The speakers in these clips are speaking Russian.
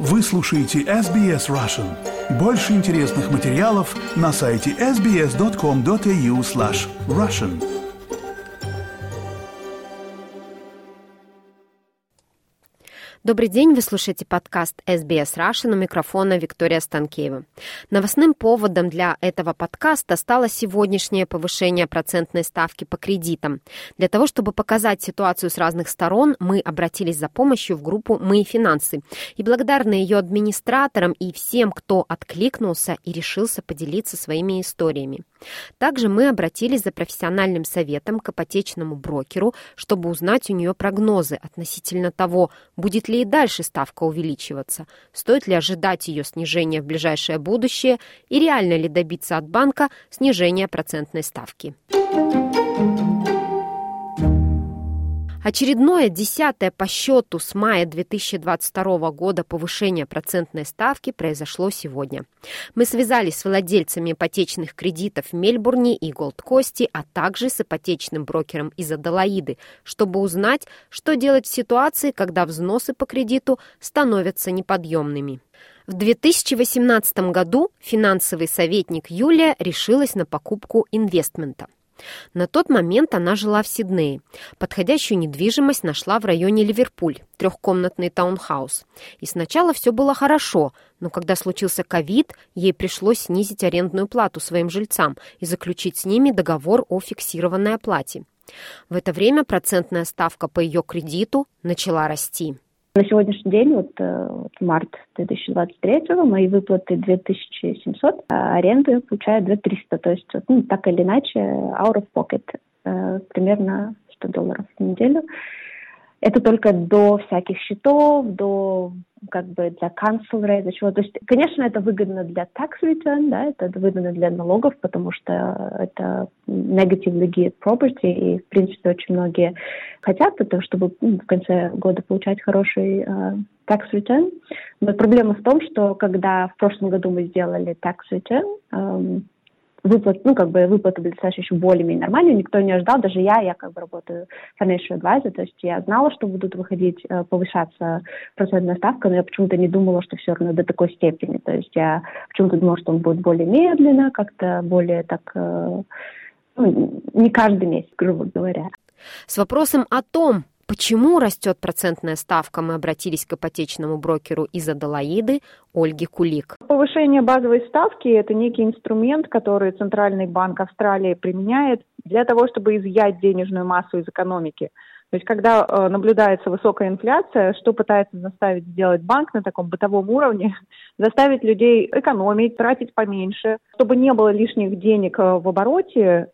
Вы слушаете SBS Russian. Больше интересных материалов на сайте sbs.com.au/russian. Добрый день, вы слушаете подкаст SBS Russian, у микрофона Виктория Станкеева. Новостным поводом для этого подкаста стало сегодняшнее повышение процентной ставки по кредитам. Для того, чтобы показать ситуацию с разных сторон, мы обратились за помощью в группу «Мы финансы». И благодарны ее администраторам и всем, кто откликнулся и решился поделиться своими историями. Также мы обратились за профессиональным советом к ипотечному брокеру, чтобы узнать у нее прогнозы относительно того, будет ли и дальше ставка увеличиваться, стоит ли ожидать ее снижения в ближайшее будущее и реально ли добиться от банка снижения процентной ставки. Очередное 10-е по счету с мая 2022 года повышение процентной ставки произошло сегодня. Мы связались с владельцами ипотечных кредитов в Мельбурне и Голд-Косте, а также с ипотечным брокером из Аделаиды, чтобы узнать, что делать в ситуации, когда взносы по кредиту становятся неподъемными. В 2018 году финансовый советник Юлия решилась на покупку инвестмента. На тот момент она жила в Сиднее. Подходящую недвижимость нашла в районе Ливерпуль, трехкомнатный таунхаус. И сначала все было хорошо, но когда случился ковид, ей пришлось снизить арендную плату своим жильцам и заключить с ними договор о фиксированной оплате. В это время процентная ставка по ее кредиту начала расти. На сегодняшний день, март 2023, мои выплаты 2700, а аренду я получаю 2300. То есть, так или иначе, out of pocket, примерно $100 в неделю. Это только до всяких счетов, до для cancel rate, для чего. То есть, конечно, это выгодно для tax return, да, это выгодно для налогов, потому что это negatively geared property, и, в принципе, очень многие хотят это, чтобы в конце года получать хороший tax return. Но проблема в том, что когда в прошлом году мы сделали tax return, выплаты были достаточно еще более-менее нормальные, никто не ожидал, даже я работаю financial advisor, то есть я знала, что будут повышаться процентная ставка, но я почему-то не думала, что все равно до такой степени, то есть я почему-то думала, что он будет более медленно, как-то более не каждый месяц, грубо говоря. С вопросом о том, почему растет процентная ставка, мы обратились к ипотечному брокеру из Аделаиды Ольге Кулик. Повышение базовой ставки – это некий инструмент, который Центральный банк Австралии применяет для того, чтобы изъять денежную массу из экономики. То есть, когда наблюдается высокая инфляция, что пытается заставить сделать банк на таком бытовом уровне? Заставить людей экономить, тратить поменьше, чтобы не было лишних денег в обороте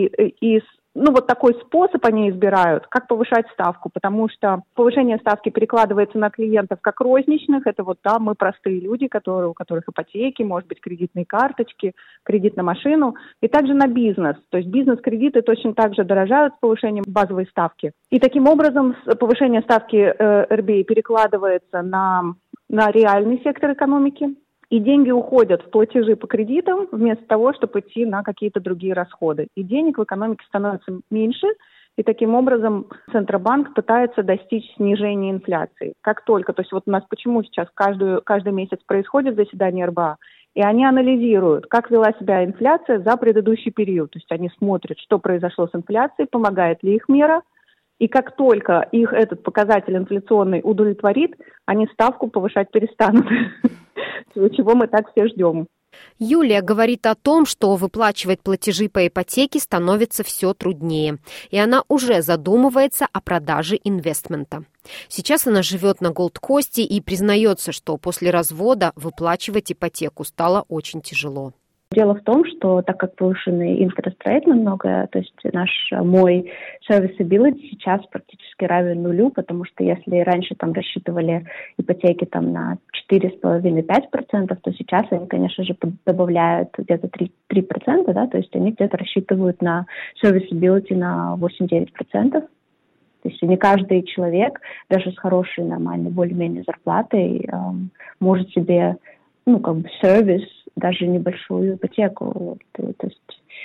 такой способ они избирают, как повышать ставку, потому что повышение ставки перекладывается на клиентов как розничных, это мы простые люди, у которых ипотеки, может быть, кредитные карточки, кредит на машину, и также на бизнес, то есть бизнес-кредиты точно так же дорожают с повышением базовой ставки. И таким образом повышение ставки RBA перекладывается на реальный сектор экономики, и деньги уходят в платежи по кредитам вместо того, чтобы идти на какие-то другие расходы. И денег в экономике становится меньше, и таким образом Центробанк пытается достичь снижения инфляции. Как только, то есть у нас почему сейчас каждый месяц происходит заседание РБА, и они анализируют, как вела себя инфляция за предыдущий период. То есть они смотрят, что произошло с инфляцией, помогает ли их мера, и как только их этот показатель инфляционный удовлетворит, они ставку повышать перестанут. Чего мы так все ждем. Юлия говорит о том, что выплачивать платежи по ипотеке становится все труднее, и она уже задумывается о продаже инвестмента. Сейчас она живет на Голд-Косте и признается, что после развода выплачивать ипотеку стало очень тяжело. Дело в том, что так как повышенный interest rate намного, то есть мой serviceability сейчас практически равен нулю, потому что если раньше рассчитывали ипотеки на 4,5-5%, то сейчас они, конечно же, добавляют где-то 3%, да, то есть они где-то рассчитывают на serviceability на 8-9%. То есть не каждый человек, даже с хорошей, нормальной, более-менее зарплатой, может себе, сервис, даже небольшую ипотеку. То есть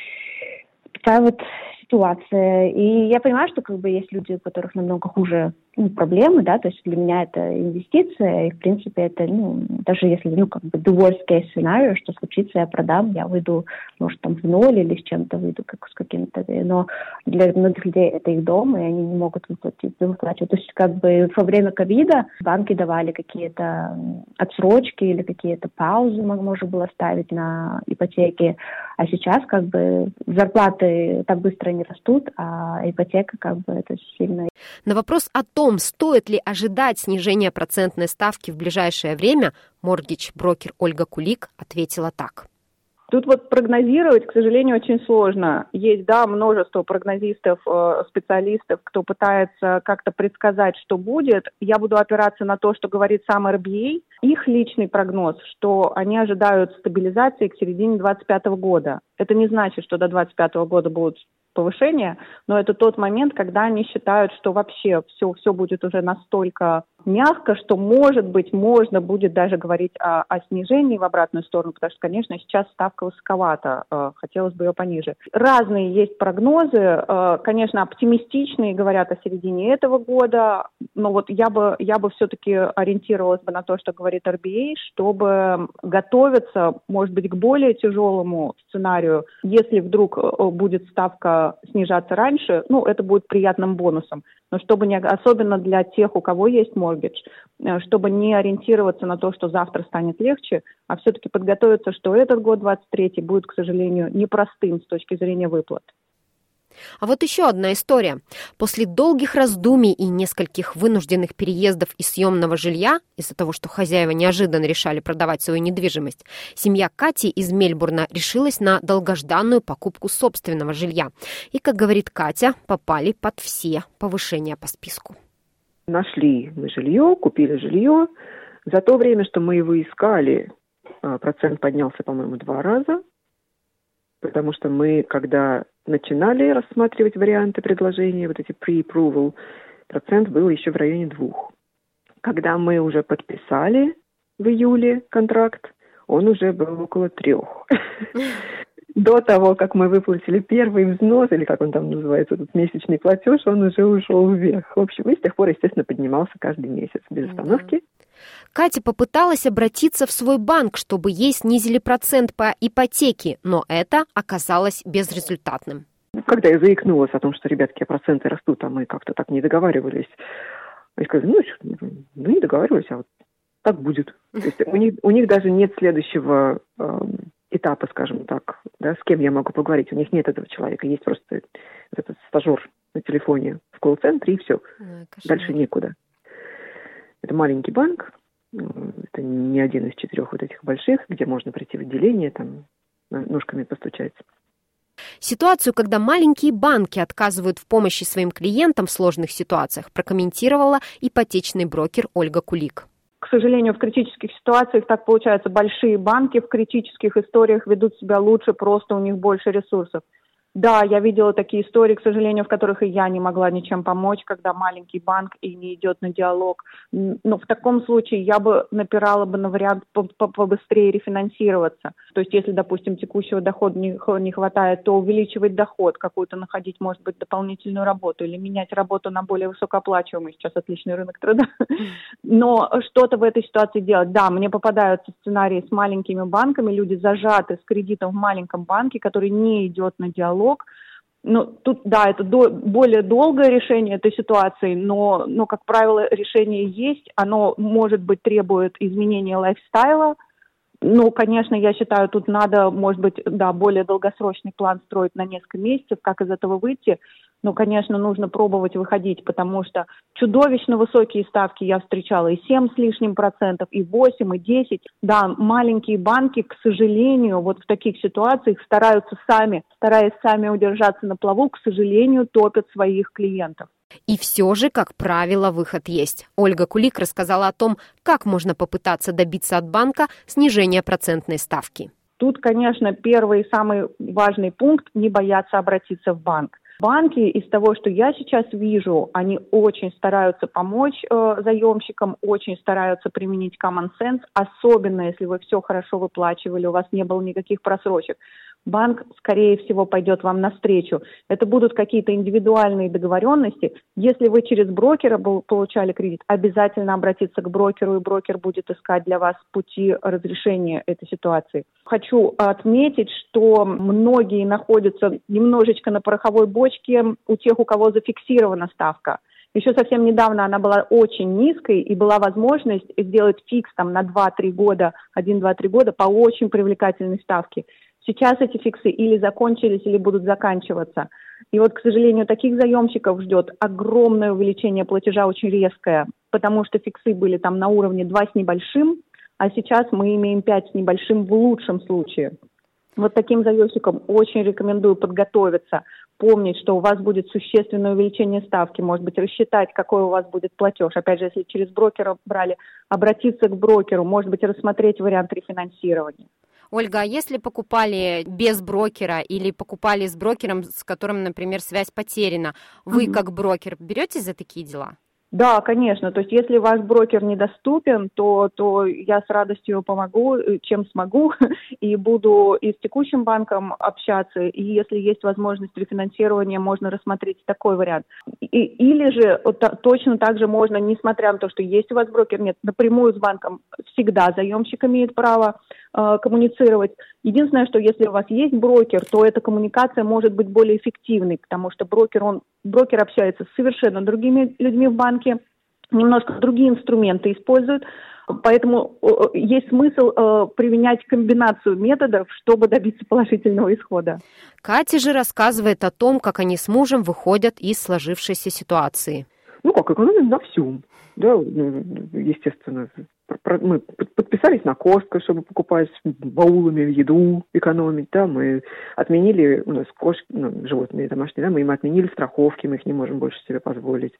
такая ситуация. И я понимаю, что есть люди, у которых намного хуже проблемы, да, то есть для меня это инвестиция, и, в принципе, это, даже если, как бы the worst case scenario, что случится, я продам, я выйду, может, там в ноль или с чем-то выйду, с каким-то, но для многих людей это их дом, и они не могут выплачивать. То есть, как бы, во время ковида банки давали какие-то отсрочки или какие-то паузы можно было ставить на ипотеки, а сейчас, как бы, зарплаты так быстро не растут, а ипотека, как бы, это сильно. На вопрос о том, стоит ли ожидать снижения процентной ставки в ближайшее время, моргидж-брокер Ольга Кулик ответила так. Тут вот прогнозировать, к сожалению, очень сложно. Есть, да, множество прогнозистов, специалистов, кто пытается как-то предсказать, что будет. Я буду опираться на то, что говорит сам RBA. Их личный прогноз, что они ожидают стабилизации к середине 2025 года. Это не значит, что до 2025 года будут повышения, но это тот момент, когда они считают, что вообще все будет уже настолько мягко, что, может быть, можно будет даже говорить о снижении в обратную сторону, потому что, конечно, сейчас ставка высоковата, хотелось бы ее пониже. Разные есть прогнозы, конечно, оптимистичные говорят о середине этого года, но вот я бы все-таки ориентировалась бы на то, что говорит RBA, чтобы готовиться, может быть, к более тяжелому сценарию, если вдруг будет ставка снижаться раньше, это будет приятным бонусом. Но чтобы не, особенно для тех, у кого есть моргидж, чтобы не ориентироваться на то, что завтра станет легче, а все-таки подготовиться, что этот год, 23-й, будет, к сожалению, непростым с точки зрения выплат. А вот еще одна история. После долгих раздумий и нескольких вынужденных переездов из съемного жилья, из-за того, что хозяева неожиданно решали продавать свою недвижимость, семья Кати из Мельбурна решилась на долгожданную покупку собственного жилья. И, как говорит Катя, попали под все повышения по списку. Нашли мы жилье, купили жилье. За то время, что мы его искали, процент поднялся, по-моему, 2 раза. Потому что мы, когда начинали рассматривать варианты предложения, вот эти pre-approval, процент был еще в районе 2. Когда мы уже подписали в июле контракт, он уже был около 3. До того, как мы выплатили первый взнос, или как он там называется, этот месячный платеж, он уже ушел вверх. В общем, и с тех пор, естественно, поднимался каждый месяц без остановки. Катя попыталась обратиться в свой банк, чтобы ей снизили процент по ипотеке, но это оказалось безрезультатным. Когда я заикнулась о том, что, ребятки, проценты растут, а мы как-то так не договаривались, они сказали, не договаривались, а вот так будет. То есть у них даже нет следующего этапа, скажем так, да, с кем я могу поговорить. У них нет этого человека, есть просто этот стажер на телефоне в колл-центре, и все. Дальше некуда. Это маленький банк, это не один из 4 вот этих больших, где можно прийти в отделение, там, ножками постучать. Ситуацию, когда маленькие банки отказывают в помощи своим клиентам в сложных ситуациях, прокомментировала ипотечный брокер Ольга Кулик. К сожалению, в критических ситуациях так получается. Большие банки в критических историях ведут себя лучше, просто у них больше ресурсов. Да, я видела такие истории, к сожалению, в которых и я не могла ничем помочь, когда маленький банк и не идет на диалог. Но в таком случае я бы напирала бы на вариант побыстрее рефинансироваться. То есть, если, допустим, текущего дохода не хватает, то увеличивать доход, какую-то находить, может быть, дополнительную работу или менять работу на более высокооплачиваемый. Сейчас отличный рынок труда. Но что-то в этой ситуации делать. Да, мне попадаются сценарии с маленькими банками, люди зажаты с кредитом в маленьком банке, который не идет на диалог. Ну, тут, да, это более долгое решение этой ситуации, но, как правило, решение есть, оно, может быть, требует изменения лайфстайла. Ну, конечно, я считаю, тут надо, может быть, да, более долгосрочный план строить на несколько месяцев, как из этого выйти. Но, конечно, нужно пробовать выходить, потому что чудовищно высокие ставки я встречала, и 7 с лишним процентов, и 8, и 10. Да, маленькие банки, к сожалению, вот в таких ситуациях стараясь сами удержаться на плаву, к сожалению, топят своих клиентов. И все же, как правило, выход есть. Ольга Кулик рассказала о том, как можно попытаться добиться от банка снижения процентной ставки. Тут, конечно, первый и самый важный пункт – не бояться обратиться в банк. Банки, из того, что я сейчас вижу, они очень стараются помочь заемщикам, очень стараются применить common sense, особенно если вы все хорошо выплачивали, у вас не было никаких просрочек. банк, скорее всего, пойдет вам навстречу. Это будут какие-то индивидуальные договоренности. Если вы через брокера получали кредит, обязательно обратиться к брокеру, и брокер будет искать для вас пути разрешения этой ситуации. Хочу отметить, что многие находятся немножечко на пороховой бочке у тех, у кого зафиксирована ставка. Еще совсем недавно она была очень низкой, и была возможность сделать фикс там, на 2-3 года, 1-2-3 года по очень привлекательной ставке. Сейчас эти фиксы или закончились, или будут заканчиваться. И вот, к сожалению, таких заемщиков ждет огромное увеличение платежа, очень резкое, потому что фиксы были там на уровне 2 с небольшим, а сейчас мы имеем 5 с небольшим в лучшем случае. Вот таким заемщикам очень рекомендую подготовиться, помнить, что у вас будет существенное увеличение ставки, может быть, рассчитать, какой у вас будет платеж. Опять же, если через брокера брали, обратиться к брокеру, может быть, рассмотреть вариант рефинансирования. Ольга, а если покупали без брокера или покупали с брокером, с которым, например, связь потеряна, вы как брокер беретесь за такие дела? Да, конечно. То есть, если ваш брокер недоступен, то я с радостью помогу, чем смогу, и буду и с текущим банком общаться, и если есть возможность рефинансирования, можно рассмотреть такой вариант. Или же точно так же можно, несмотря на то, что есть у вас брокер, нет, напрямую с банком всегда заемщик имеет право коммуницировать. Единственное, что если у вас есть брокер, то эта коммуникация может быть более эффективной, потому что брокер общается с совершенно другими людьми в банке, немножко другие инструменты используют, поэтому есть смысл применять комбинацию методов, чтобы добиться положительного исхода. Катя же рассказывает о том, как они с мужем выходят из сложившейся ситуации. Как экономим на всем. Да, естественно. Мы подписались на Costco, чтобы покупать баулами еду, экономить. Да, мы отменили, у нас кошки, животные домашние, да, мы им отменили страховки, мы их не можем больше себе позволить.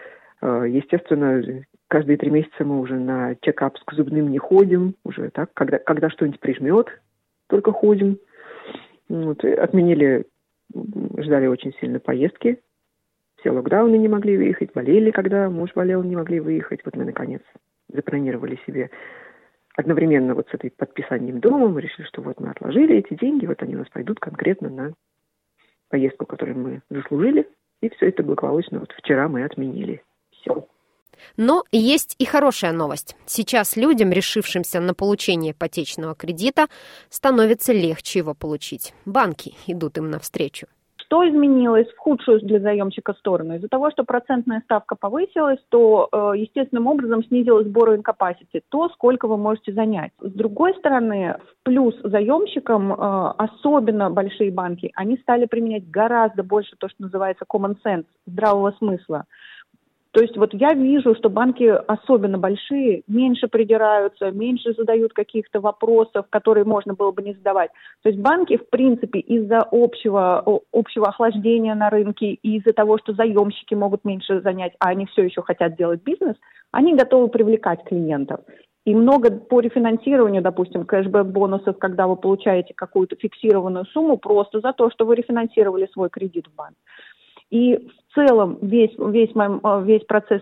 Естественно, каждые 3 месяца мы уже на чекап к зубным не ходим, уже так, когда что-нибудь прижмет, только ходим. Вот, и отменили, ждали очень сильно поездки. Все локдауны не могли выехать, болели, когда муж болел, не могли выехать. Вот мы, наконец, запланировали себе одновременно вот с этой подписанием дома. Мы решили, что вот мы отложили эти деньги, вот они у нас пойдут конкретно на поездку, которую мы заслужили. И все это благополучно вот вчера мы отменили. Все. Но есть и хорошая новость. Сейчас людям, решившимся на получение ипотечного кредита, становится легче его получить. Банки идут им навстречу. Что изменилось в худшую для заемщика сторону? Из-за того, что процентная ставка повысилась, то естественным образом снизилось borrowing capacity, то, сколько вы можете занять. С другой стороны, в плюс заемщикам, особенно большие банки, они стали применять гораздо больше то, что называется common sense, здравого смысла. То есть вот я вижу, что банки, особенно большие, меньше придираются, меньше задают каких-то вопросов, которые можно было бы не задавать. То есть банки, в принципе, из-за общего охлаждения на рынке и из-за того, что заемщики могут меньше занять, а они все еще хотят делать бизнес, они готовы привлекать клиентов. И много по рефинансированию, допустим, кэшбэк-бонусов, когда вы получаете какую-то фиксированную сумму просто за то, что вы рефинансировали свой кредит в банк. И в целом весь процесс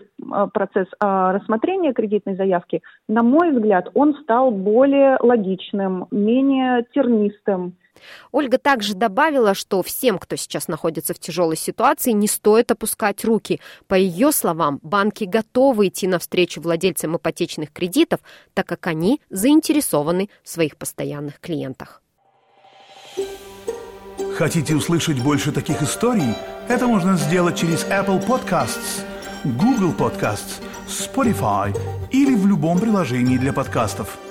рассмотрения кредитной заявки, на мой взгляд, он стал более логичным, менее тернистым. Ольга также добавила, что всем, кто сейчас находится в тяжелой ситуации, не стоит опускать руки. По ее словам, банки готовы идти навстречу владельцам ипотечных кредитов, так как они заинтересованы в своих постоянных клиентах. Хотите услышать больше таких историй? Это можно сделать через Apple Podcasts, Google Podcasts, Spotify или в любом приложении для подкастов.